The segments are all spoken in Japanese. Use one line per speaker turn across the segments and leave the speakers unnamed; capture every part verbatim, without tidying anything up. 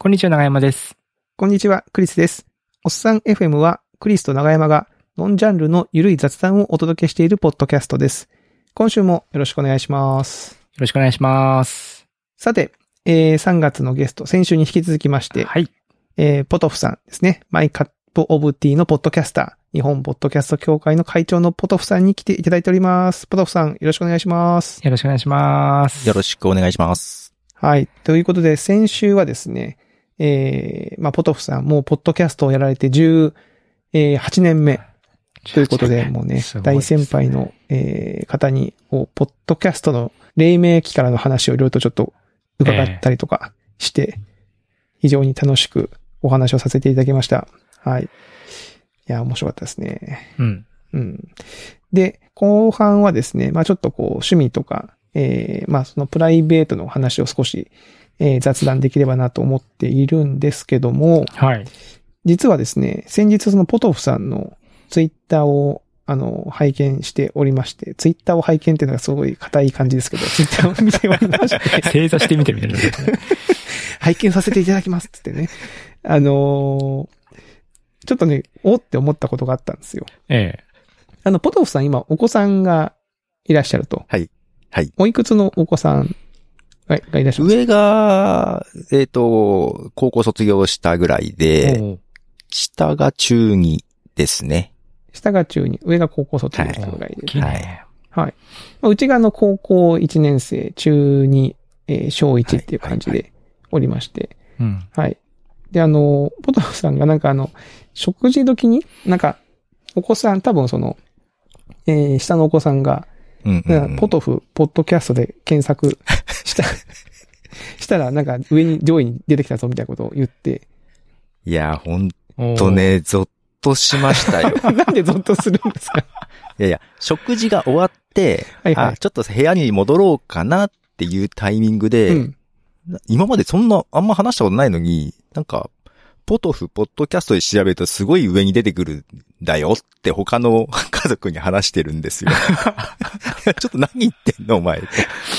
こんにちは、長山です。
こんにちは、クリスです。おっさん エフエム は、クリスと長山が、ノンジャンルのゆるい雑談をお届けしているポッドキャストです。今週もよろしくお願いします。
よろしくお願いします。
さて、えー、さんがつのゲスト、先週に引き続きまして、
はい。
えー、ポトフさんですね。マイカップオブティーのポッドキャスター、日本ポッドキャスト協会の会長のポトフさんに来ていただいております。ポトフさん、よろしくお願いします。
よろしくお願いします。
よろしくお願いします。
はい。ということで、先週はですね、えー、まあ、ポトフさん、もうポッドキャストをやられてじゅうはちねんめということで、もうね、大先輩の、えー、方に、ポッドキャストの黎明期からの話をいろいろとちょっと伺ったりとかして、非常に楽しくお話をさせていただきました。はい。いや、面白かったですね。
うん。
うん。で、後半はですね、まあちょっとこう、趣味とか、えー、まあそのプライベートの話を少し、えー、雑談できればなと思っているんですけども、
はい。
実はですね、先日そのポトフさんのツイッターを、あの、拝見しておりまして、ツイッターを拝見っていうのがすごい硬い感じですけど、ツイッターを見ておりまして。
正座してみてみたいな。
拝見させていただきますってね。あのー、ちょっとね、おって思ったことがあったんですよ。
ええ。
あの、ポトフさん今お子さんがいらっしゃると。
はい。はい。
おいくつのお子さんがいらっしゃるんですか？
上が、えっと、高校卒業したぐらいで、下が中にですね。
下が中に、上が高校卒業したぐらいで。
はい。
はい。うちがあの高校いちねん生、中に、えー、小いちっていう感じでおりまして。
はいはいはい、
はい。で、あの、ポトフさんがなんかあの、食事時に、なんか、お子さん、多分その、えー、下のお子さんが、
うんうんうん、
ポトフ、ポッドキャストで検索した、したらなんか上に、上位に出てきたぞみたいなことを言って。
いや、ほんとね、ゾッとしましたよ。
なんでゾッとするんですか？
いやいや、食事が終わって、
はいはい、
あ、ちょっと部屋に戻ろうかなっていうタイミングで、うん、今までそんな、あんま話したことないのに、なんか、ポトフ、ポッドキャストで調べるとすごい上に出てくるんだよって他の家族に話してるんですよ。ちょっと何言ってんのお前。い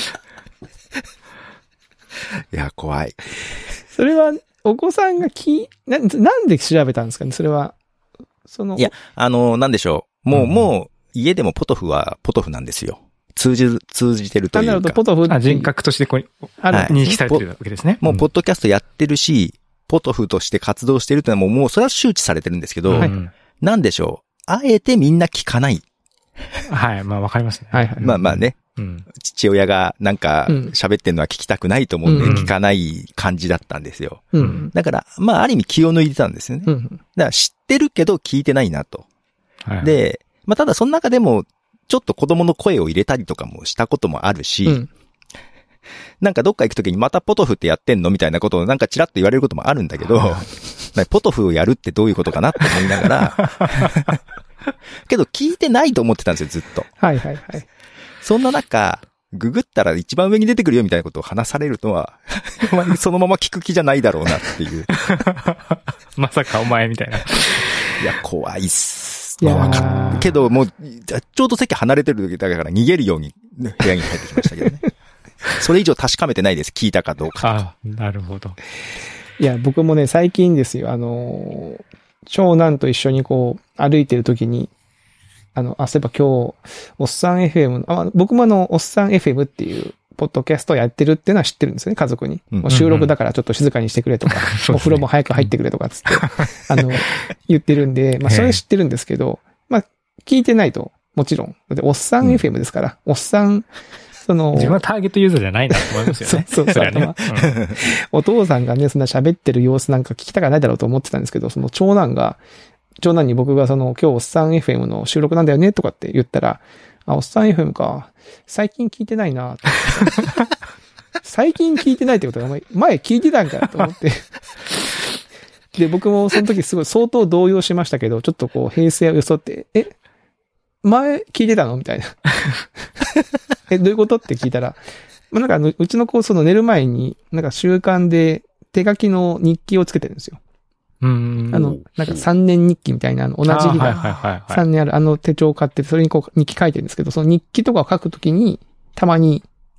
や、怖い。
それは、お子さんがき、な、なんで調べたんですかねそれは。その。
いや、あの、なんでしょう。もう、うん、もう、家でもポトフはポトフなんですよ。通じる、通じてるというか。
なるほど、ポトフ。
あ、人格としてこう、ある、はい、認識されてるわけですね。
もう、ポッドキャストやってるし、ポトフとして活動してるってのはもう、もうそれは周知されてるんですけど、はい、なんでしょう。あえてみんな聞かない。
はい、まあわかりますね。
はいはい。
まあまあね。うん、父親がなんか喋ってるのは聞きたくないと思うんで、聞かない感じだったんですよ。うん、だから、まあある意味気を抜いてたんですよね。うん、だから知ってるけど聞いてないなと。はい、で、まあただその中でも、ちょっと子供の声を入れたりとかもしたこともあるし、うんなんかどっか行くときにまたポトフってやってんのみたいなことをなんかチラッと言われることもあるんだけど、ポトフをやるってどういうことかなって思いながら、けど聞いてないと思ってたんですよ、ずっと。
はいはいはい。
そんな中、ググったら一番上に出てくるよみたいなことを話されるとは、そのまま聞く気じゃないだろうなっていう。
まさかお前みたいな。い
や、怖いっす。いやけどもう、ちょうど席離れてる時だから逃げるように部屋に帰ってきましたけどね。それ以上確かめてないです。聞いたかどうか。
あ、なるほど。
いや、僕もね、最近ですよ、あの、長男と一緒にこう、歩いてる時に、あの、あ、そういえば今日、おっさん エフエム の、あ、僕もあの、おっさん エフエム っていう、ポッドキャストをやってるっていうのは知ってるんですよね、家族に。うん、もう収録だからちょっと静かにしてくれとか、うん、お風呂も早く入ってくれとかつって、あの、言ってるんで、まあ、それ知ってるんですけど、まあ、聞いてないと、もちろん。だって、おっさん エフエム ですから、うん、おっさん、その、
自分はターゲットユーザーじゃないなと思いますよね。
そうそうそう、ねうん。お父さんがね、そんな喋ってる様子なんか聞きたくないだろうと思ってたんですけど、その長男が、長男に僕がその、今日おっさん エフエム の収録なんだよねとかって言ったら、あ、おっさん エフエム か、最近聞いてないな最近聞いてないってことは、前聞いてたんかと思って。で、僕もその時すごい相当動揺しましたけど、ちょっとこう、平成を装って、え、前聞いてたのみたいな。え、どういうことって聞いたら、まあ、なんかあの、うちの子、その寝る前に、なんか習慣で手書きの日記をつけてるんですよ。
うん。
あの、なんかさんねん日記みたいな、あの、同じ日がさんねんあるあの手帳を買って、それにこう日記書いてるんですけど、その日記とかを書くときに、たまに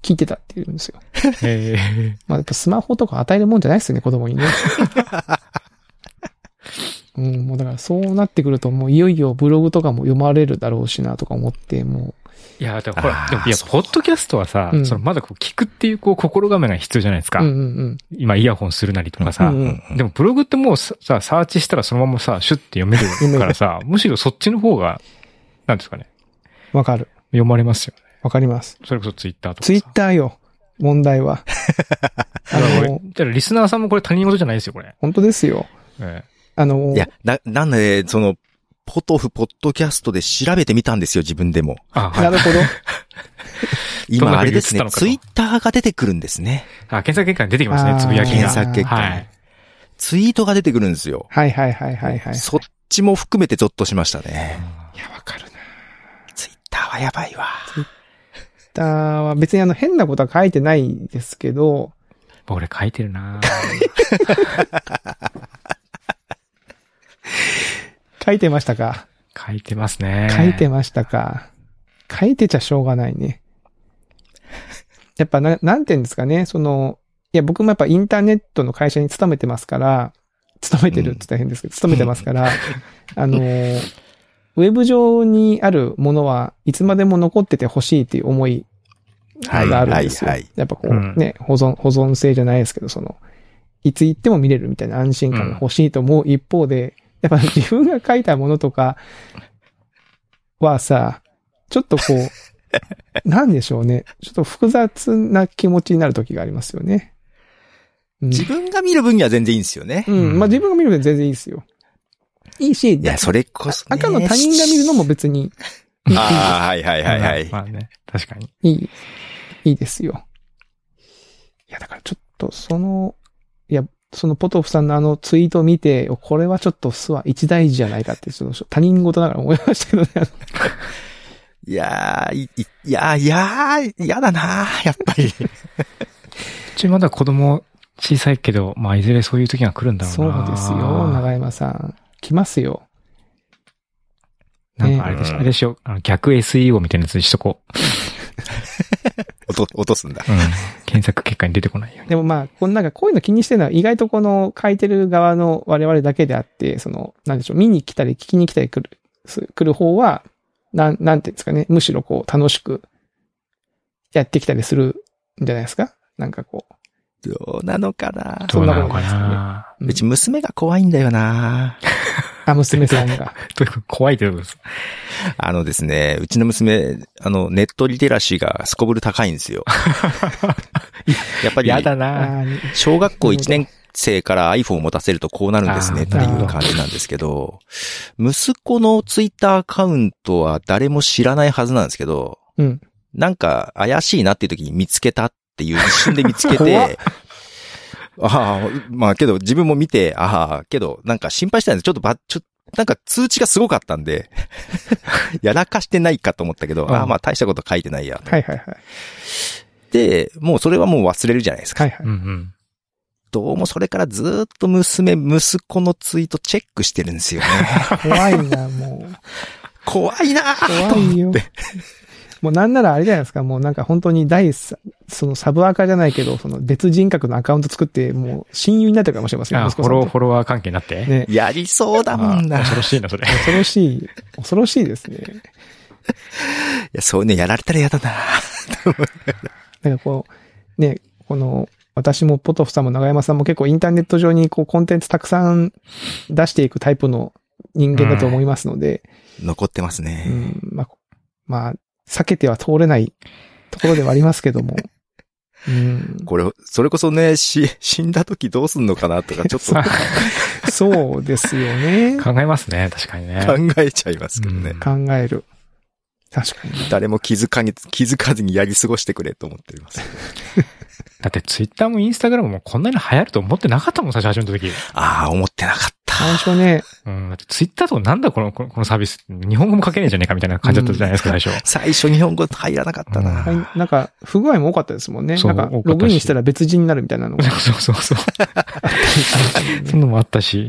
聞いてたって言うんですよ。
へー。
まあやっぱスマホとか与えるもんじゃないですよね、子供にね。うん、もうだからそうなってくるともういよいよブログとかも読まれるだろうしなとか思って、もう。
いや、でもほら、でもいや、ポッドキャストはさ、うん、そのまだこう聞くっていうこう心構えが必要じゃないですか。
うんうんうん、
今イヤホンするなりとかさ、うんうん。でもブログってもうさ、サーチしたらそのままさ、シュッて読めるからさ、むしろそっちの方が、なんですかね。
わかる。
読まれますよね。
わかります。
それこそツイッターとか。
ツイッターよ。問題は。
あの、じゃあリスナーさんもこれ他人事じゃないですよ、これ。
本当ですよ。
ええ、
あの、いや、な、なんで、その、ポトフポッドキャストで調べてみたんですよ、自分でも。
あ、はい、なるほど。
今、あれですね、ツイッターが出てくるんですね。
あ、検索結果に出てきますね、つぶやきが。
検索結果に、はい。ツイートが出てくるんですよ。
はいはいはいはいはい。
そっちも含めてゾッとしましたね。
いや、わかるな。
ツイッターはやばいわ。
ツイッターは別にあの変なことは書いてないですけど。
俺書いてるな
書いてましたか？
書いてますね。
書いてましたか。書いてちゃしょうがないね。やっぱな、なんて言うんですかね。その、いや僕もやっぱインターネットの会社に勤めてますから、勤めてるって言ったら変ですけど、うん、勤めてますから、あの、ウェブ上にあるものはいつまでも残っててほしいっていう思いがあるんですよ。はいはいはい、やっぱこうね、うん、保存、保存性じゃないですけど、その、いつ行っても見れるみたいな安心感が欲しいと思う一方で、やっぱ自分が書いたものとかはさ、ちょっとこう、なんでしょうね。ちょっと複雑な気持ちになる時がありますよね。
うん、自分が見る分には全然いいんですよね。
うん。まあ自分が見る分には全然いいですよ。いいし、
いや、それこそ、ね。
赤の他人が見るのも別にいい。
ああ、はいはいはいはい。
まあね、確かに。
いい、いいですよ。いや、だからちょっとその、いや、そのポトフさんのあのツイートを見て、これはちょっとスワ一大事じゃないかって、その他人事ながら思いましたけどね。
いやー、い、いやー、いやー、嫌だなー、やっぱり。う
ちまだ子供小さいけど、まあいずれそういう時が来るんだろうな。
そうですよ、長山さん。来ますよ。
なんかあれでしょ、ね、あれでしょ、あの逆 エスイーオー みたいなやつにしとこう。
落と、落とすんだ。
うん。検索結果に出てこないように。
でもまあ、このなんかこういうの気にしてるのは意外とこの書いてる側の我々だけであって、その、なんでしょう、見に来たり聞きに来たり来る、来る方は、なん、なんていうんですかね、むしろこう楽しくやってきたりするんじゃないですか？なんかこ
う。どうなのかな？
そんなことないですか
ね。うち娘が怖いんだよな
あ、娘さんが。
怖いってことです。
あのですね、うちの娘、あの、ネットリテラシーがすこぶる高いんですよ。やっぱり、
やだな
小学校いちねん生から iPhone を持たせるとこうなるんですねっていう感じなんですけど、息子のツイッターアカウントは誰も知らないはずなんですけど、
うん、
なんか怪しいなっていう時に見つけたっていう一瞬で見つけて、ああ、まあけど自分も見て、ああ、けどなんか心配したんです。ちょっとば、ちょっと、なんか通知がすごかったんで、やらかしてないかと思ったけど、うん、ああまあ大したこと書いてないや。
はいはいはい。
で、もうそれはもう忘れるじゃないですか。
はいはい。
うんうん、
どうもそれからずーっと娘、息子のツイートチェックしてるんですよね。
怖いな、もう。
怖いなー
怖いよ。もうなんならあれじゃないですか、もうなんか本当に第三、そのサブアカじゃないけど、その別人格のアカウント作って、もう親友になってるかもしれません
ね。あ、フォロー、フォロワー関係になって
ね。やりそうだもんな。
恐ろしいな、それ。
恐ろしい。恐ろしいですね。い
や、そういうのやられたら嫌だな
なんかこう、ね、この、私もポトフさんも長山さんも結構インターネット上にこうコンテンツたくさん出していくタイプの人間だと思いますので。
うん、残ってますね。
うん、まあ、まあ、避けては通れないところではありますけども。うん、
これ、それこそね、し、死んだ時どうすんのかなとかちょっ
と。そうですよね。
考えますね、確かにね。
考えちゃいますけどね。
うん、考える。確かに。
誰も気づかに、気づかずにやり過ごしてくれと思っております。
だってツイッターもインスタグラムもこんなに流行ると思ってなかったもん、最初始めた時。
ああ、思ってなかった。
最初ね。
うん。だってツイッターとかなんだこの、このサービス。日本語も書けねえじゃねえかみたいな感じだったじゃないですか、うん、最初。
最初日本語入らなかったな、
うん。なんか、不具合も多かったですもんね。なんか、ログインしたら別人になるみたいなのが。
そうそうそう。そんなのもあったし。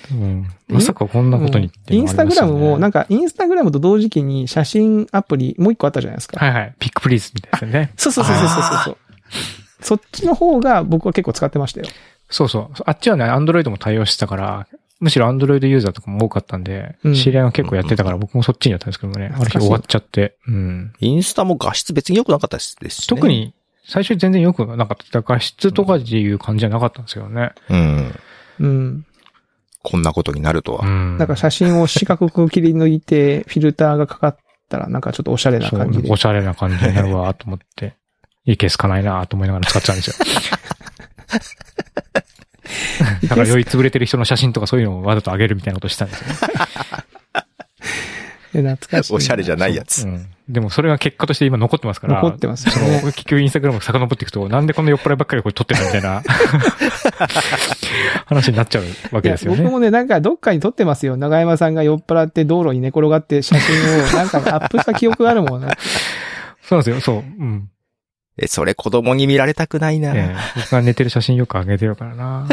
うん、まさかこんなことにって、
ね、インスタグラムも、なんかインスタグラムと同時期に写真アプリもう一個あったじゃないですか。
はいはい。ピックプリーズみたいですよね。
そうそうそうそうそうそう。そっちの方が僕は結構使ってましたよ。
そうそう。あっちはね、アンドロイドも対応してたから、むしろアンドロイドユーザーとかも多かったんで、うん、知り合いが結構やってたから僕もそっちにやったんですけどもね、ある日終わっちゃって。うん。
インスタも画質別に良くなかったですね。
特に、最初全然良くなかった。画質とかっていう感じじゃなかったんですよね。
うん。
うん。
こんなことになるとは。
うん。なんか写真を四角く切り抜いて、フィルターがかかったら、なんかちょっとおしゃれな感じで。
おしゃれな感じになるわ、と思って。いいケースかないなと思いながら使ってたんですよ。だから酔いつぶれてる人の写真とかそういうのをわざと上げるみたいなことしてたんですよね。
懐かしい。
おしゃれじゃないやつ。
うん。でもそれが結果として今残ってますから。
残ってますね。
その、結局インスタグラム遡っていくと、なんでこんな酔っ払いばっかりこれ撮ってるみたいな話になっちゃうわけですよね。
僕もね、なんかどっかに撮ってますよ。長山さんが酔っ払って道路に寝転がって写真をなんかアップした記憶があるもんね。
そうなんですよ。そう。うん。
え、それ子供に見られたくないな、
ええ、僕が寝てる写真よく上げてるからな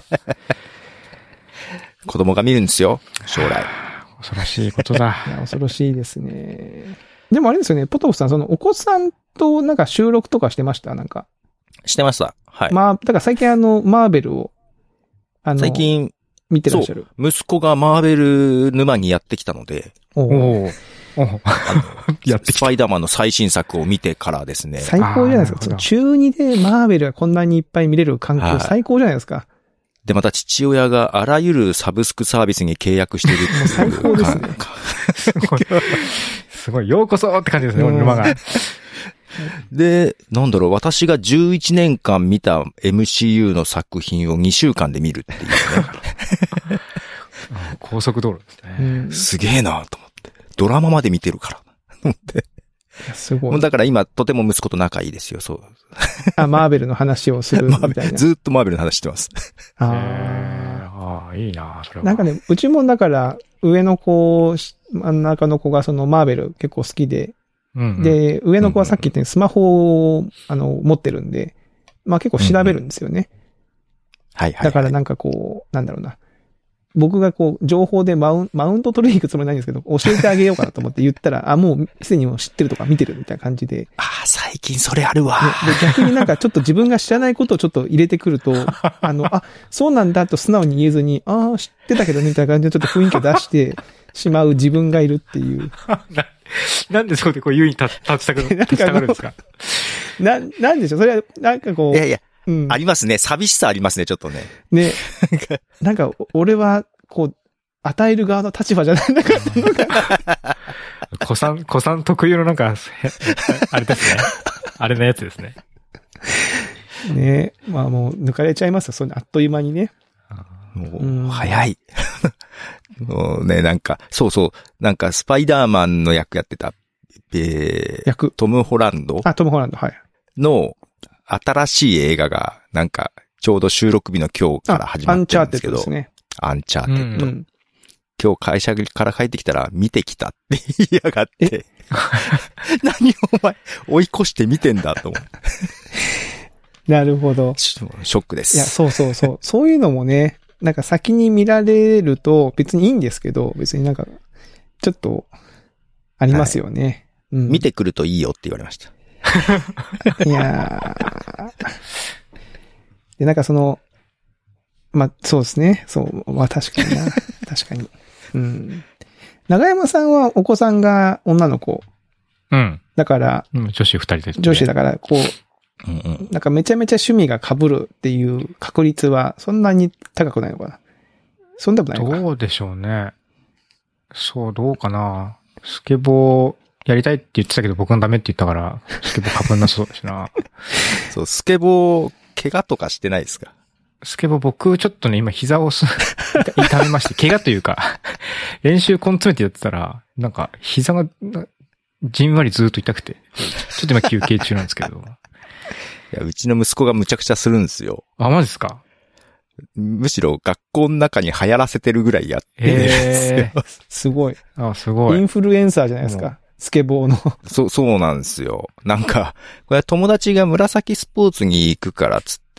子供が見るんですよ、将来。
恐ろしいことだ。
いや、恐ろしいですね。でもあれですよね、ポトフさん、そのお子さんとなんか収録とかしてましたなんか。
してました。はい。
まあ、だから最近あの、マーベルを、あの、
最近、
見てらっしゃる。
息子がマーベル沼にやってきたので。
おお。
やってきた。スパイダーマンの最新作を見てからですね。
最高じゃないですか。その中にでマーベルがこんなにいっぱい見れる環境最高じゃないですか。
で、また父親があらゆるサブスクサービスに契約してるっていう。もう
最高ですね。
すごい。すごい。ようこそって感じですね、沼が。
で、なんだろう、私がじゅういちねんかん見た エムシーユー の作品をにしゅうかんで見るっていうね。
高速道路ですね。
うん、
すげえなと思って。ドラマまで見てるから。思って。
すごい。
だから今、とても息子と仲いいですよ、そう。
あ、マーベルの話をするみたいな。
ずっとマーベルの話してます。
ああ、いいなそれは。
なんかね、うちもだから、上の子、真ん中の子がそのマーベル結構好きで、
うんうん、
で、上の子はさっき言ったようにスマホを、あの、持ってるんで、まあ結構調べるんですよね。
うんうん、はいはい、はい。
だからなんかこう、なんだろうな。僕がこう、情報でマウン、マウント取りに行くつもりないんですけど、教えてあげようかなと思って言ったら、あ、もうすでにもう知ってるとか見てるみたいな感じで。
ああ、最近それあるわ、ね。
で、逆になんかちょっと自分が知らないことをちょっと入れてくると、あの、あ、そうなんだと素直に言えずに、ああ、知ってたけどね、みたいな感じでちょっと雰囲気を出してしまう自分がいるっていう。
な, なんでそこでこう優位に立ちたくる、立ちたがるんですか
な、なんでしょうそれは、なんかこう。
いやいや、
うん、
ありますね。寂しさありますね、ちょっとね。
ね。なんか、俺は、こう、与える側の立場じゃないなかったのか。
子さん、子さん特有のなんか、あれですね。あれのやつですね。
ねえ。まあもう抜かれちゃいますよ。それあっという間にね。
もう、うん、早い。もうね、なんか、そうそう、なんかスパイダーマンの役やってた、えー、
役
トム・ホランド
あ、トム・ホランド、はい。
の新しい映画が、なんか、ちょうど収録日の今日から始まってるんですけど。アンチャーテッドですね。アンチャーテッド。うん、今日会社から帰ってきたら見てきたって言いやがって。何お前追い越して見てんだと思う。
なるほど。
ショックです。
いや、そうそうそう。そういうのもね、なんか先に見られると別にいいんですけど、別になんか、ちょっと、ありますよね、
はいうん。見てくるといいよって言われました。
いやー。で、なんかその、まあ、そうですね。そう。まあ確かにな。確かに。うん。長山さんはお子さんが女の子。
うん。
だから、
うん、女子二人です、ね。
女子だから、こう、
うんうん、
なんかめちゃめちゃ趣味が被るっていう確率はそんなに高くないのかな。そんなことないのかな。
どうでしょうね。そう、どうかな。スケボーやりたいって言ってたけど僕がダメって言ったから、スケボー被んなそうだしな。
そう、スケボー、怪我とかしてないですか？
スケボー僕ちょっとね、今膝をす痛めまして、怪我というか、練習根詰めてやってたら、なんか膝がじんわりずーっと痛くて、ちょっと今休憩中なんですけど。
いや、うちの息子がむちゃくちゃするんですよ。
あ、マジですか？
むしろ学校の中に流行らせてるぐらいやってるんですよ。
すごい。
あ、すごい。
インフルエンサーじゃないですか。スケボーの。
そう、そうなんですよ。なんか、これ友達が紫スポーツに行くからつって、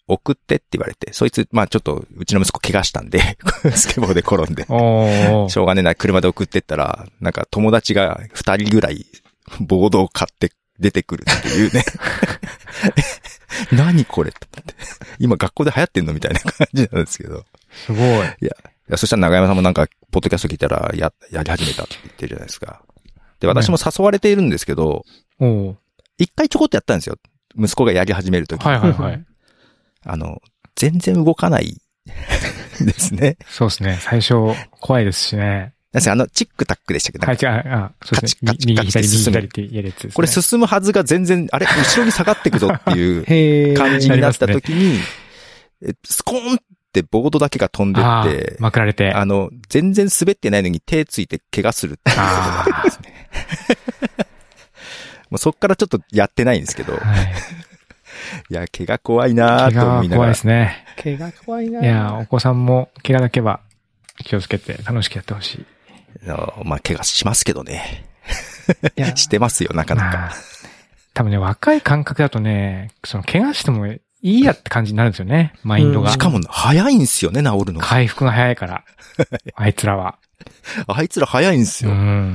送ってって言われて、そいつ、まあちょっと、うちの息子怪我したんで、スケボーで転んで、しょうがねえな、車で送ってったら、なんか友達が二人ぐらい、ボードを買って出てくるっていうね。何これって。今学校で流行ってんのみたいな感じなんですけど。
すごい。い
や、いやそしたら長山さんもなんか、ポッドキャスト聞いたら、や、やり始めたって言ってるじゃないですか。で、私も誘われているんですけど、
ね、
一回ちょこっとやったんですよ。息子がやり始めるとき。
はいはいはい。
あの、全然動かないですね。
そうですね。最初、怖いですしね。
なんせあの、チックタックでしたっけ？
はい、違う、あ、そうですね。カチカチ右左右左ってやるやつですね。
これ進むはずが全然、あれ、後ろに下がっていくぞっていう感じになったときに、ね、スコーンってボードだけが飛んでって、
まくられて。
あの、全然滑ってないのに手ついて怪我するっていうことがありますね。もうそっからちょっとやってないんですけど。はいいや、怪我怖いなぁと思いながら。怪我
怖いですね。
怪我怖いなぁ。
いや、お子さんも怪我だけは気をつけて楽しくやってほしい。
まあ、怪我しますけどね。いやしてますよ、なかなか。
多分ね、若い感覚だとね、その怪我してもいいやって感じになるんですよね、マインドが。
しかも早いんですよね、治るのが。
回復が早いから。あいつらは。
あいつら早いんですよ。うん、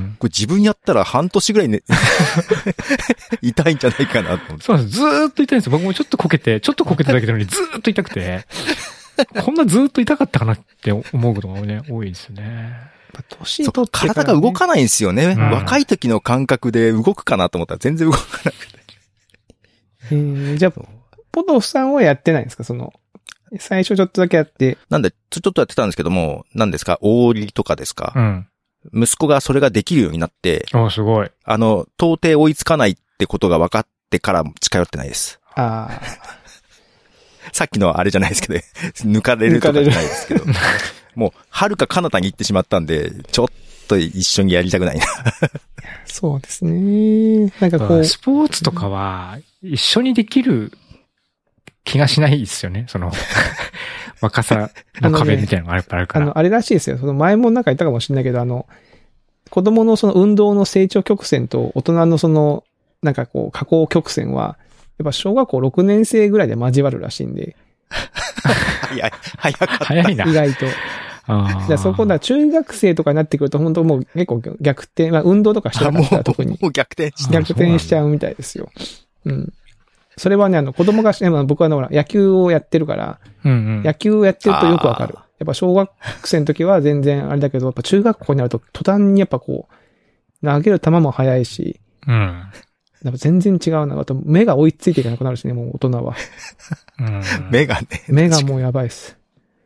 これ自分やったら半年ぐらいね、痛いんじゃないかなと思って。
そうなんです。ずーっと痛いんですよ。僕もちょっとこけて、ちょっとこけただけなのにずーっと痛くて、こんなずーっと痛かったかなって思うことがね、多いですよね。
年取ってから、ね、
体が動かないんですよね、うん。若い時の感覚で動くかなと思ったら全然動かなくて。
えー、じゃあ、ポトフさんはやってないんですかその、最初ちょっとだけやって。
なんで、ちょっとやってたんですけども、何ですか大売りとかですか、
うん、
息子がそれができるようになって。
おすごい。
あの、到底追いつかないってことが分かってから近寄ってないです。
ああ。
さっきのあれじゃないですけど、抜かれるとかじゃないですけど。もう、遥か彼方に行ってしまったんで、ちょっと一緒にやりたくないな。
そうですね。なんかこう。
スポーツとかは、一緒にできる気がしないですよね。その、若さの壁みたいなのがやっぱあるから。
あの、あれらしいですよ。その前もなんか言ったかもしれないけど、あの、子供のその運動の成長曲線と大人のその、なんかこう、下降曲線は、やっぱ小学校ろくねん生ぐらいで交わるらしいんで。
早い、早かった。
早いな。
意外と。ああ。そこだ、中学生とかになってくると本当もう結構逆転、まあ運動とかしてなかったら特に。
もう逆転
し逆転しちゃうみたいですよ。うん。それはね、あの子供が、まあ、僕はね、ほら、野球をやってるから、
うんうん、
野球をやってるとよくわかる。やっぱ小学生の時は全然あれだけど、やっぱ中学校になると途端にやっぱこう、投げる球も速いし、
うん。
やっぱ全然違うな。あと目が追いついていかなくなるしね、もう大人は。
うん、
目がね。
目がもうやばいっす。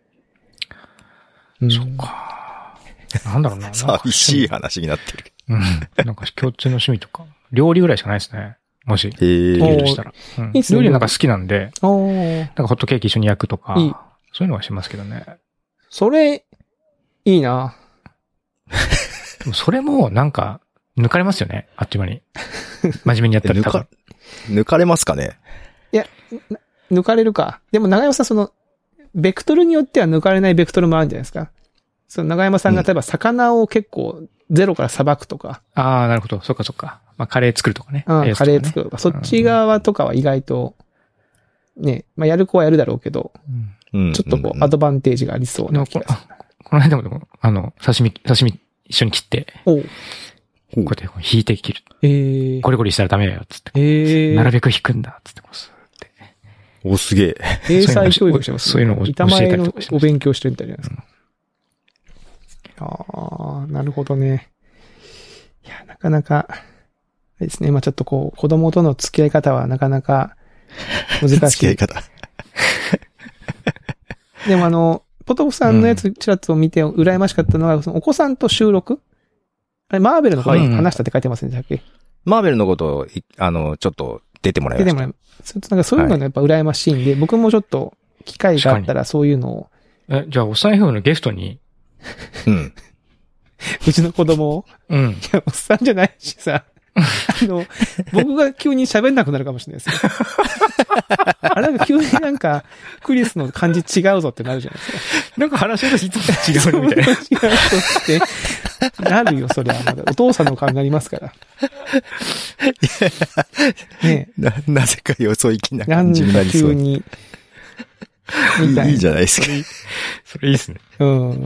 うん、そっか。なんだろうな。
寂しい話になってる。
うん。なんか共通の趣味とか。料理ぐらいしかないですね。もし。
へー。
したら。うん、料理なんか好きなんで。
お
なんかホットケーキ一緒に焼くとか。いいそういうのはしますけどね。
それ、いいな。
それもなんか、抜かれますよね。あっという間に。真面目にやったら多分。
抜かれますかね。
いや、抜かれるか。でも長山さんその、ベクトルによっては抜かれないベクトルもあるんじゃないですか。その長山さんが例えば魚を結構ゼロからさばくとか。
うん、ああ、なるほど。そっかそっか。まあカレー作るとかね。
ああ、ね、カレー作るとか。そっち側とかは意外と、ね、まあやる子はやるだろうけど、うん、ちょっとこう、アドバンテージがありそうな気がする。
この間もでも、あの、刺身、刺身一緒に切って、
おう
こうやって引いて切る。
ええー。
ゴリゴリしたらダメだよ、つって。
ええー。
なるべく引くんだ、つってこうすって。
お、すげえ。
英才教育してます、
ね。そういうのを教えたりとかしてます。
板前のお勉強してるみたいじゃないですか。うん、ああ、なるほどね。いや、なかなか、ですね。まあちょっとこう、子供との付き合い方はなかなか難しい。
付き合い方。
でもあの、ポトフさんのやつちらっと見て羨ましかったのは、そのお子さんと収録あれ、マーベルのことに話したって書いてますね、さっき。
マーベルのことを、あの、ちょっと出てもらいました。出てもらい
ます。なんかそういうのがやっぱ羨ましいんで、はい、僕もちょっと機会があったらそういうのを。
え、じゃあお財布のゲストに
うん。
うちの子供を
うん。い
や、おっさんじゃないしさ。あの、僕が急に喋んなくなるかもしれないですよ。あれなんか急になんか、クリスの感じ違うぞってなるじゃないですか。
なんか話し方いつも違うみたいな。違うと
って、なるよ、それは。まだお父さんの顔になりますから。ね
な、なぜかよそ行きな感じになりそう。
なんか急に。 みたいな。
いいじゃないですか。
それいいっすね。
うん。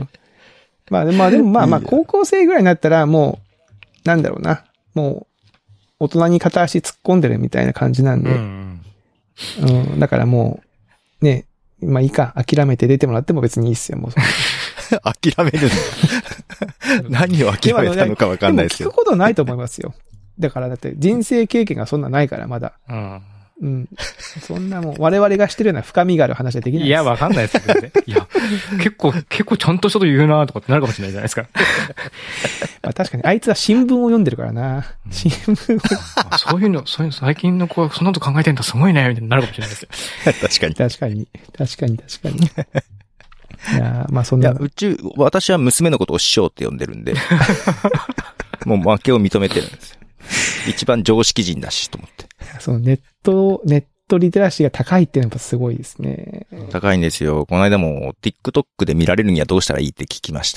まあ、まあでもまあまあ、高校生ぐらいになったらもう、なんだろうな。もう、大人に片足突っ込んでるみたいな感じなんで。うん、うん。うん。だからもう、ね、まあいいか、諦めて出てもらっても別にいいっすよ、もう。
諦めるの何を諦めたのかわかんないですよ。
聞くことないと思いますよ。だからだって人生経験がそんなないから、まだ。
うん。
うん。そんなもん、我々がしてるような深みがある話はできないです。
いや、わかんないですけどね。いや、結構、結構ちゃんとしたこと言うなとかってなるかもしれないじゃないですか。
まあ確かに、あいつは新聞を読んでるからな。うん、新聞
を。そういうの、そういうの、最近の子はそんなこと考えてんだ、すごいね、みたいになるかもしれないですよ。
確かに。
確かに。確かに、確かに。いや、まあそんな。いや、
うち、私は娘のことを師匠って呼んでるんで。もう負けを認めてるんですよ。一番常識人だし、と思って。
そのネット、ネットリテラシーが高いっていうのはすごいですね。
高いんですよ。この間も TikTok で見られるにはどうしたらいいって聞きました。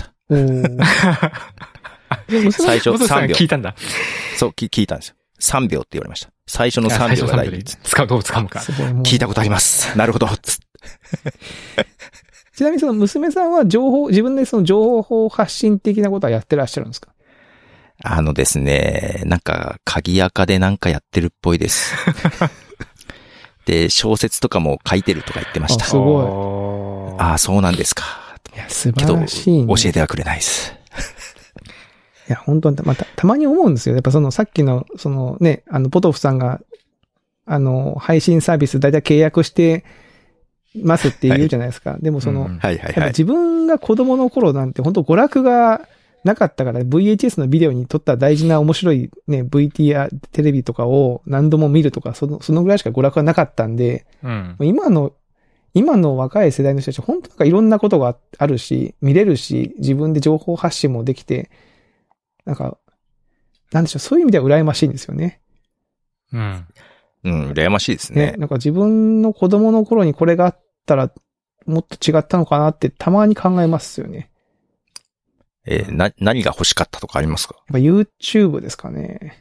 最初さんびょう。
聞いたんだ。
そう、聞いたんですよ。さんびょうって言われました。最初のさんびょうが大事。
使う、どう使うか。
聞いたことあります。なるほど。
ちなみにその娘さんは情報、自分でその情報発信的なことはやってらっしゃるんですか？
あのですね、なんか、鍵垢でなんかやってるっぽいです。で、小説とかも書いてるとか言ってました。
すご
い。ああ、そうなんですか。
いや、素晴らしい、
ね。教えてはくれないです。
いや、本当に、また、たまに思うんですよ。やっぱその、さっきの、そのね、あの、ポトフさんが、あの、配信サービスだいたい契約してますって言うじゃないですか。はい、でもその、うん、
はいはいはい。
自分が子供の頃なんて本当娯楽が、なかったから ブイエイチエス のビデオに撮った大事な面白いね、ブイティー やテレビとかを何度も見るとか、その、そのぐらいしか娯楽がなかったんで、うん、今の、今の若い世代の人たち、本当なんかいろんなことがあるし、見れるし、自分で情報発信もできて、なんか、なんでしょう、そういう意味では羨ましいんですよね。
うん。
うん、羨ましいですね。
ね、なんか自分の子供の頃にこれがあったら、もっと違ったのかなってたまに考えますよね。
えー、な、何が欲しかったとかありますか？
やっぱ YouTube ですかね。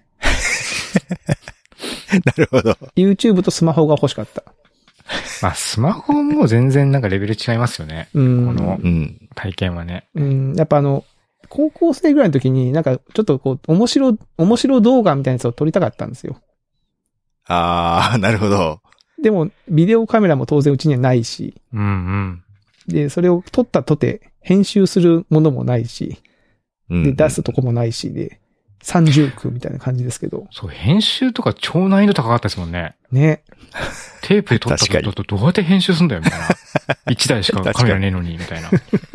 なるほど。
YouTube とスマホが欲しかった。
まあ、スマホも全然なんかレベル違いますよね。
うん。
この体験はね。
うん。やっぱあの、高校生ぐらいの時になんかちょっとこう、面白、面白動画みたいなやつを撮りたかったんですよ。
あー、なるほど。
でも、ビデオカメラも当然うちにはないし。
うんうん。
で、それを撮ったとて、編集するものもないし、で、出すとこもないしで、三重苦みたいな感じですけど。
そう、編集とか超難易度高かったですもんね。
ね。
テープで撮ったとどうやって編集すんだよ、みたいな。一台しかカメラねえのに、みたいな。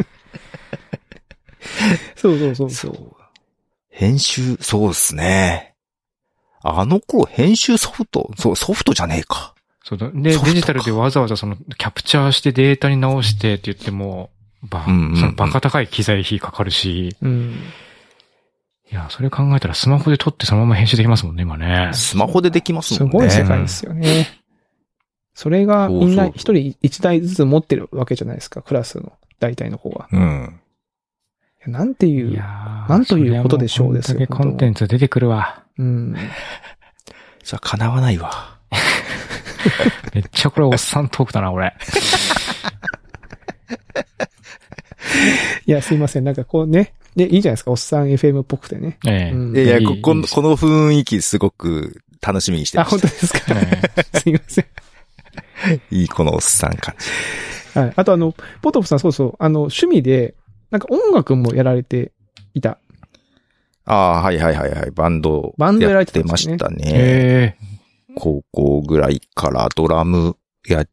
そうそうそうそう。
編集、そうですね。あの頃編集ソフト、そう、ソフトじゃねえか。
そうだ。で、デジタルでわざわざその、キャプチャーしてデータに直してって言っても、ば、うんうんうん、そのバカ高い機材費かかるし、うん、いや、それ考えたらスマホで撮ってそのまま編集できますもんね、今ね。
スマホでできますもんね。
すごい世界ですよね。それがみんな一人一台ずつ持ってるわけじゃないですか、クラスの大体の子は。
うん。
なんていう、なんということでしょうですよ。
こんだけコンテンツ出てくるわ。
うん。
じゃあ叶わないわ。
めっちゃこれおっさんトークだな、俺。
いや、すいません。なんかこうね。で、いいじゃないですか。おっさん エフエム っぽくてね。
ええ
うん、
いやいや、こ、この、この雰囲気すごく楽しみにしてました。
あ、本当ですか。ええ、すいません。
いい、このおっさん感
じ。はい。あとあの、ポトフさん、そうそう、あの、趣味で、なんか音楽もやられていた。
ああ、はいはいはいはい。バンド。
バンドやられて
ましたね。
へー。
高校ぐらいからドラムやって、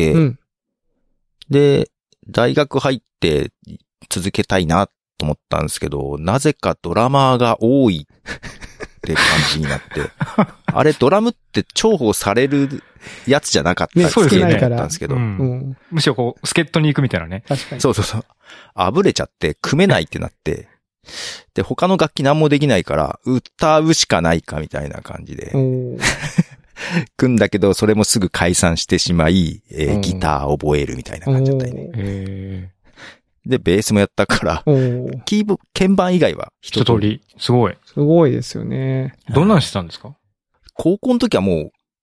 うん、で、大学入って続けたいなと思ったんですけど、なぜかドラマーが多いって感じになって、あれドラムって重宝されるやつじゃなかった
ね、そうですね。
だったんですけど、うん
うん、むしろこう、助っ人に行くみたいなね。
確かに。
そうそうそう。あぶれちゃって組めないってなって、で、他の楽器何もできないから、歌うしかないかみたいな感じで。組んだけど、それもすぐ解散してしまい、えー、ギター覚えるみたいな感じだったね。
へ
で、ベースもやったから、キーボ、鍵盤以外は
一通り。すごい。
すごいですよね。
どんなんしてたんですか？
高校の時はもう、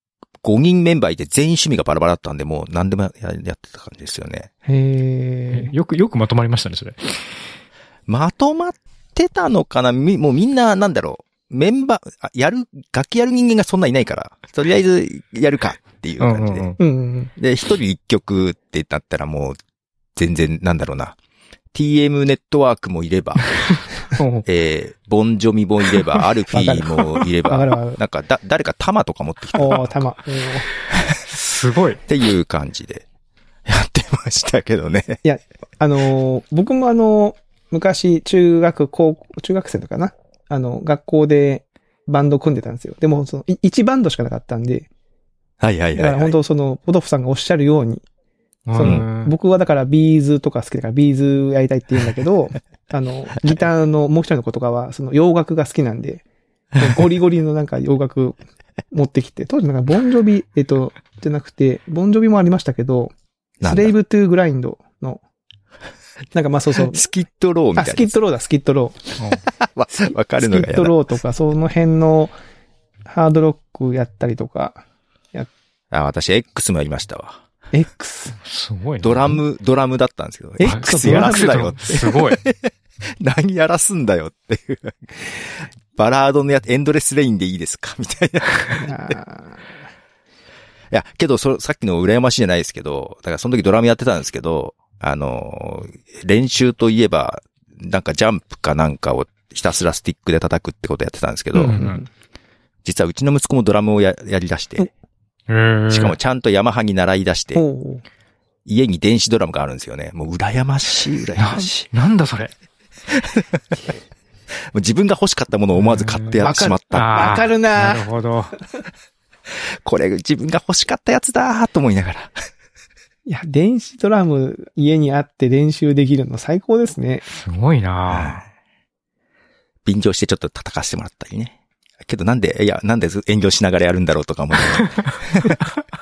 ごにんメンバーいて全員趣味がバラバラだったんで、もう何でも や, やってた感じですよね。
へ
ー。よく、よくまとまりましたね、それ。
まとまってたのかなみもうみんな、なんだろう。メンバー、やる、楽器やる人間がそんないないから、とりあえずやるかっていう感じで。うんうんうん、で、一人一曲ってなったらもう、全然、なんだろうな。ティーエム ネットワークもいれば、えー、ボンジョミもいれば、アルフィーもいれば、なんかだ、誰か玉とか持ってきた。
おー、玉。
すごい。
っていう感じで、やってましたけどね。
いや、あのー、僕もあのー、昔、中学、高校、中学生とかなあの、学校でバンド組んでたんですよ。でも、その、いちバンドしかなかったんで。
はいはいはい、はい。
だから本当その、ポトフさんがおっしゃるように、その、僕はだからビーズとか好きだからビーズやりたいって言うんだけど、あの、ギターのもう一人の子とかは、その洋楽が好きなんで、ゴリゴリのなんか洋楽持ってきて、当時なんかボンジョビ、えっと、じゃなくて、ボンジョビもありましたけど、スレイブトゥーグラインドの、なんかまあそうそう。
スキットローみたいな。
あ、スキットローだ、スキットロ
ー。わかるのがやだ。
スキットローとか、その辺のハードロックやったりとか。や
あ、私 X もやりましたわ。
X。
すごいね。
ドラム、ドラムだったんですけど、
ね。X
やらすんだよって。
すごい。
何やらすんだよっていう。バラードのやつ、エンドレスレインでいいですかみたいな。いや、けど、そ、さっきの羨ましいじゃないですけど、だからその時ドラムやってたんですけど、あの、練習といえば、なんかジャンプかなんかをひたすらスティックで叩くってことやってたんですけど、うんうん、実はうちの息子もドラムを や, やり出して、しかもちゃんとヤマハに習い出して、家に電子ドラムがあるんですよね。もう羨ましい、羨ましい。
な、なんだそれ。
自分が欲しかったものを思わず買ってやってしまった。
わかるな。
なるほど。
これ自分が欲しかったやつだと思いながら。
いや、電子ドラム家にあって練習できるの最高ですね。
すごいな
便乗してちょっと叩かせてもらったりね。けどなんで、いや、なんで遠慮しながらやるんだろうとか思って。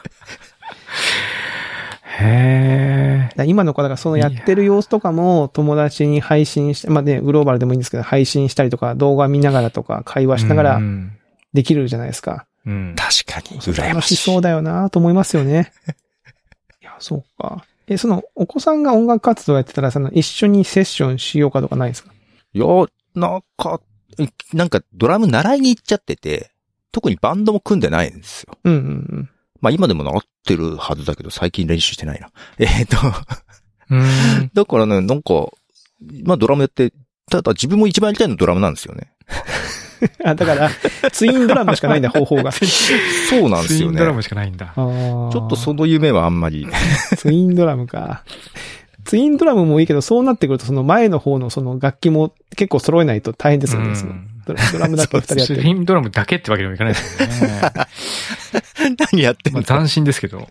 へー。
今の子だからそのやってる様子とかも友達に配信して、まあね、グローバルでもいいんですけど、配信したりとか動画見ながらとか会話しながらできるじゃないですか。
うん、確かに。
羨ましそうだよなと思いますよね。いや、そうか。え、その、お子さんが音楽活動やってたら、その、一緒にセッションしようかとかないですか？
いや、なんか、なんかドラム習いに行っちゃってて、特にバンドも組んでないんですよ。
うんうんうん。
まあ今でも習ってるはずだけど、最近練習してないな。えー、っと
うーん。
だからね、なんか、まあドラムやって、ただ自分も一番やりたいのはドラムなんですよね。
あ、だから、ツインドラムしかないんだ、方法が。
そうなんですよね。ツ
インドラムしかないんだ。
ちょっとその夢はあんまり。
ツインドラムか。ツインドラムもいいけど、そうなってくると、その前の方のその楽器も結構揃えないと大変ですよね。ドラムだけ二人やってる。
ツインドラムだけってわけにもいかないですよね。
何やってんの？
まあ、斬新ですけど。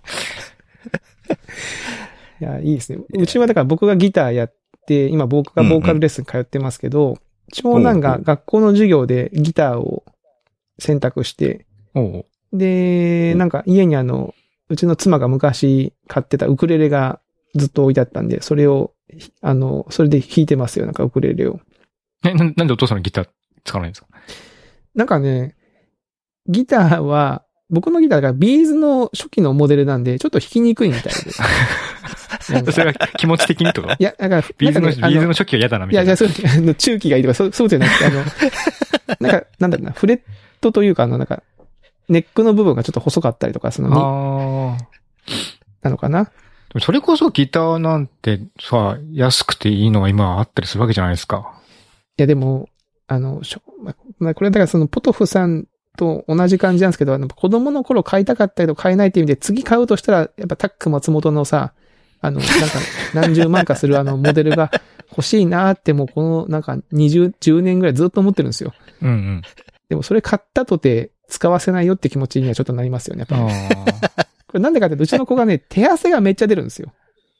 いや、いいですね。うちはだから僕がギターやって、今僕がボーカルレッスン通ってますけど、うんうん、長男が学校の授業でギターを選択して、
おう
で、なんか家にあの、うちの妻が昔買ってたウクレレがずっと置いてあったんで、それを、あの、それで弾いてますよ、なんかウクレレを。
え、な、なんでお父さんのギター使わないんですか？
なんかね、ギターは、僕のギターがビーズの初期のモデルなんで、ちょっと弾きにくいみたいで。
それは気持ち的にってこと？
いや、なんか、
ビーズの、ビーズの初期は嫌だな、みたいな。
いや、じゃあ、そう、あの、中期がいいとか、そう、そうじゃなくて、あの、なんか、なんだろうな、フレットというか、あの、なんか、ネックの部分がちょっと細かったりとか、その、
あ
なのかな。
それこそギターなんてさ、安くていいのが今あったりするわけじゃないですか。
いや、でも、あの、しょまあ、これだからその、ポトフさんと同じ感じなんですけど、あの子供の頃買いたかったけど買えないっていう意味で、次買うとしたら、やっぱタック松本のさ、あの、なんか、何十万かするあの、モデルが欲しいなーって、もうこの、なんか、にじゅう、じゅうねんぐらいずっと思ってるんですよ。
うんうん。
でもそれ買ったとて、使わせないよって気持ちにはちょっとなりますよね、やっぱり。これなんでかっていうと、うちの子がね、手汗がめっちゃ出るんですよ。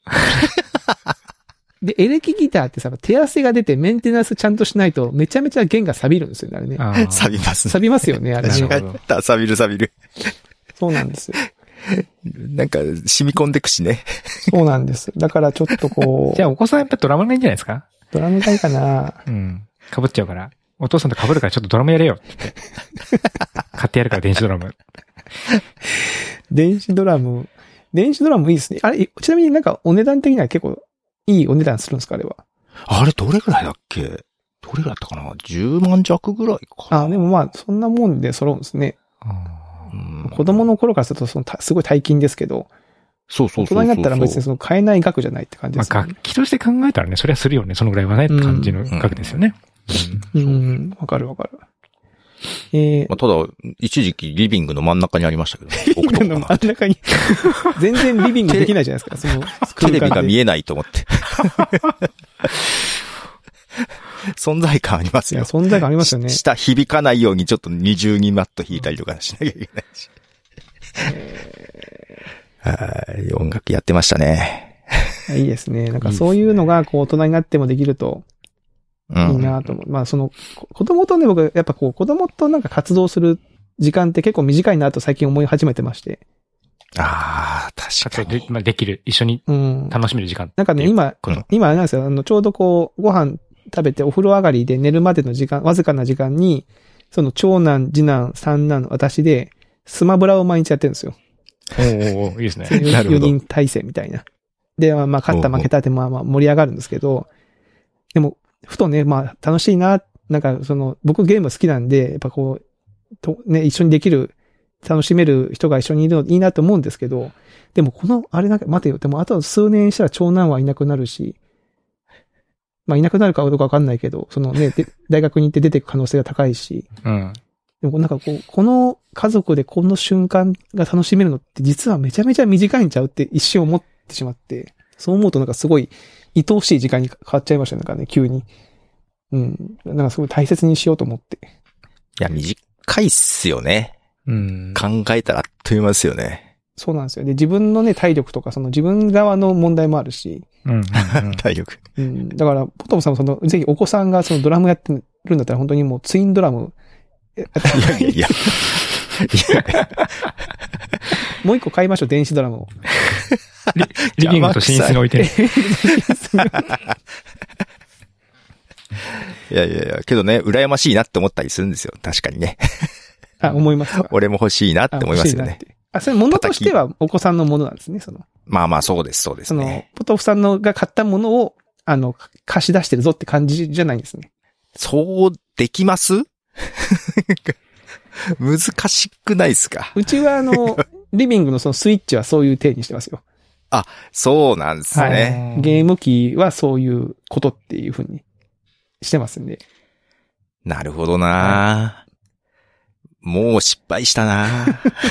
で、エレキギターってさ、手汗が出てメンテナンスちゃんとしないと、めちゃめちゃ弦が錆びるんですよね、あれね。
あ錆びますね。
錆びますよね、あれね。
錆びる錆びる。
そうなんですよ。
なんか、染み込んでくしね。
そうなんです。だからちょっとこう。
じゃあお子さんやっぱドラムがいいんじゃないですか？
ドラムがいいかな。
うん。被っちゃうから。お父さんと被るからちょっとドラムやれよって。買ってやるから電子ドラム。
電子ドラム、電子ドラムいいですね。あれ、ちなみになんかお値段的には結構いいお値段するんですか、あれは。
あれ、どれぐらいだっけ？どれぐらいだったかな ?じゅうまん弱ぐらいか。
あ、でもまあ、そんなもんで揃うんですね。うん、子供の頃からするとそのすごい大金ですけど、
そうそうそうそう。
大人になったら別にその買えない額じゃないって感じですね。
まあ、楽器として考えたらね、それはするよね。そのぐらいはね、って感じの額ですよね。
うん。うん、わかるわかる。えー、
まあ、ただ、一時期リビングの真ん中にありましたけど、ね、
リビングの真ん中に。全然リビングできないじゃないですか、その
テレビが見えないと思って。存在感ありますよ。いや、
存在感ありますよね。
下響かないようにちょっと二重にマット弾いたりとかしなきゃいけないし。えー、はい、音楽やってましたね。
いいですね。なんかそういうのがこう大人になってもできるといいなと思う。うん、まあその子供とね、僕やっぱこう子供となんか活動する時間って結構短いなと最近思い始めてまして。
ああ、確かに。
で、まあ、できる。一緒に楽しめる時間、うん。
なんかね、今、今なんですよ。あの、ちょうどこう、ご飯食べてお風呂上がりで寝るまでの時間、わずかな時間に、その長男、次男、三男、私で、スマブラを毎日やってるんですよ。
おー、いいですね。
よにん体制みたいな。で、まあ、勝った負けたってまあまあ盛り上がるんですけど、でも、ふとね、まあ、楽しいな、なんかその、僕ゲーム好きなんで、やっぱこう、とね、一緒にできる、楽しめる人が一緒にいるのいいなと思うんですけど、でもこの、あれなんか、待てよ、でもあと数年したら長男はいなくなるし、まあいなくなるかどうかわかんないけど、そのね、大学に行って出ていく可能性が高いし、
うん。
でもなんかこう、この家族でこの瞬間が楽しめるのって実はめちゃめちゃ短いんちゃうって一瞬思ってしまって、そう思うとなんかすごい愛おしい時間に変わっちゃいましたね、なんかね、急に。うん。なんかすごい大切にしようと思って。
いや、短いっすよね。
うん。
考えたらあっという間ですよね。
そうなんですよ。で、自分のね、体力とか、その自分側の問題もあるし。
うんうんうん、
体力。
うん。だから、ポトムさんもその、ぜひお子さんがそのドラムやってるんだったら本当にもうツインドラム。
いやいやいや。
もう一個買いましょう、電子ドラムを。
リ, リビングと寝室に置いてる。
いやいやいや、けどね、羨ましいなって思ったりするんですよ。確かにね。
あ、思いますか。
俺も欲しいなって思いますよね。
あ、それ物としてはお子さんのものなんですね、その。
まあまあそうです、そうですね。
その、ポトフさんのが買ったものを、あの、貸し出してるぞって感じじゃないんですね。
そうできます難しくないですか。
うちはあの、リビングのそのスイッチはそういう体にしてますよ。
あ、そうなんですね、
はい。ゲーム機はそういうことっていう風にしてますんで。
なるほどな、はい、もう失敗したな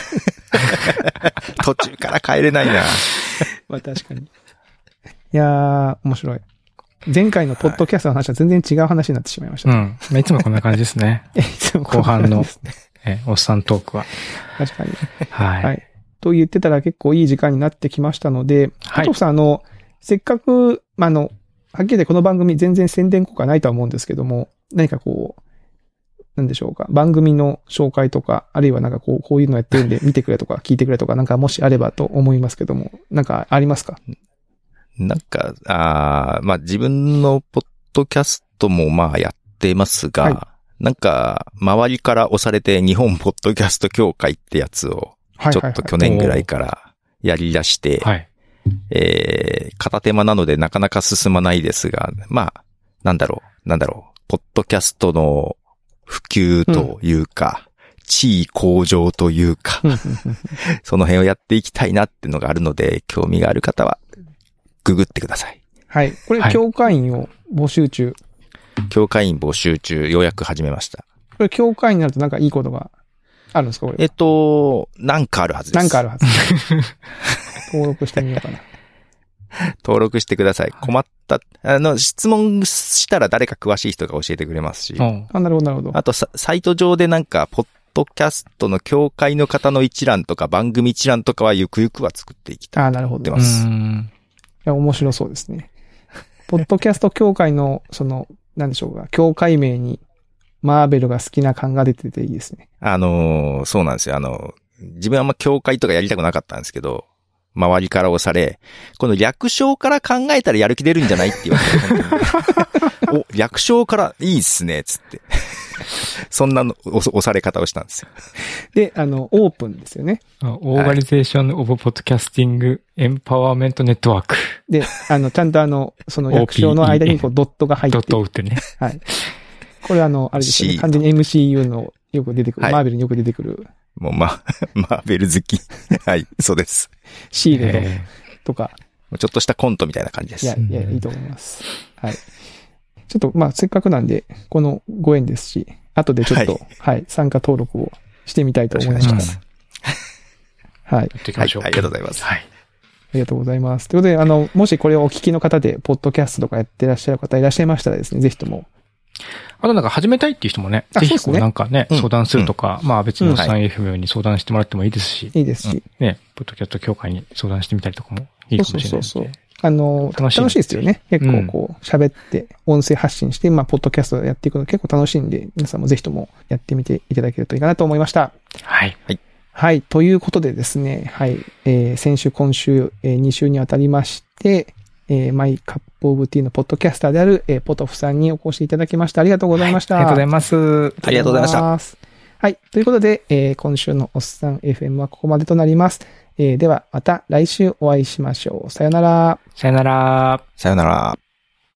途中から帰れないな
まあ確かに。いやー、面白い。前回のポッドキャストの話は全然違う話になってしまいました、ね。
うん。いつもこんな感じですね。
いつも
後半の、え、おっさんトークは。
確かに。
はい。
はい。と言ってたら結構いい時間になってきましたので、
はい。
ポトフさん、あの、せっかく、まあ、あの、はっきり言ってこの番組全然宣伝効果ないとは思うんですけども、何かこう、なんでしょうか、番組の紹介とか、あるいはなんかこう、こういうのやってるんで見てくれとか聞いてくれとか、なんかもしあればと思いますけども、なんかありますか？
なんか、あまあ自分のポッドキャストもまあやってますが、はい、なんか周りから押されて日本ポッドキャスト協会ってやつをちょっと去年ぐらいからやり出して、
はい、
えー、片手間なのでなかなか進まないですが、まあなんだろう、なんだろう、ポッドキャストの普及というか、うん、地位向上というか、その辺をやっていきたいなっていうのがあるので、興味がある方はググってください。
はい。これ、協会員を募集中、
はい。協会員募集中、ようやく始めました。
これ、協会員になるとなんかいいことがあるんですか？これ。
えっと、なんかあるはずです。
なんかあるはず。登録してみようかな。
登録してください。困った、あの、質問したら誰か詳しい人が教えてくれますし。
あ、なるほど、なるほど。
あとさ、サイト上でなんか、ポッドキャストの協会の方の一覧とか番組一覧とかはゆくゆくは作っていきたいと思ってます。
あ、なるほど。うん。いや、面白そうですね。ポッドキャスト協会の、その、なんでしょうか、協会名に、マーベルが好きな感が出てていいですね。
あのー、そうなんですよ。あの、自分はあんま協会とかやりたくなかったんですけど、周りから押され、この略称から考えたらやる気出るんじゃないって言われて、本当にお、略称からいいっすね、つって。そんなの押され方をしたんですよ。
で、あの、オープンですよね。
オーガニゼーションオブポッドキャスティングエンパワーメントネットワーク。
で、あの、ちゃんとあの、その略称の間にこうドットが入って。
ドットを打ってね。
はい。これあの、あれですよね。完全に エムシーユー のよく出てくる、はい、マーベルによく出てくる。
もうま、マーベル好き。はい、そうです。
シールドとか。
ちょっとしたコントみたいな感じです。
いや、いや、いいと思います。はい。ちょっと、まあ、せっかくなんで、このご縁ですし、後でちょっと、はい、はい、参加登録をしてみたいと思います。はい。
やっていきましょう。
はい、ありがとうございます。はい。
ありがとうございます。ということで、あの、もしこれをお聞きの方で、ポッドキャストとかやってらっしゃる方いらっしゃいましたらですね、ぜひとも。
あとなんか始めたいっていう人もね、ぜひこうなんかね、相談するとか、まあ別におっさん エフエム に相談してもらってもいいですし。
いいですし。
ね、ポッドキャスト協会に相談してみたりとかもいいかもしれない。そうそうそう。
あの、楽しいですよね。結構こう、喋って、音声発信して、まあ、ポッドキャストやっていくの結構楽しいんで、皆さんもぜひともやってみていただけるといいかなと思いました。
はい。
はい。
はい。ということでですね、はい。えー、先週、今週、えー、に週にあたりまして、えー、マイカップオブティーのポッドキャスターである、えー、ポトフさんにお越しいただきました。ありがとうございました。
はい、ありがとうございます。
ありがとうございました。
はい。ということで、えー、今週のおっさん エフエム はここまでとなります。えー、では、また来週お会いしましょう。さよなら。
さよなら。
さよなら。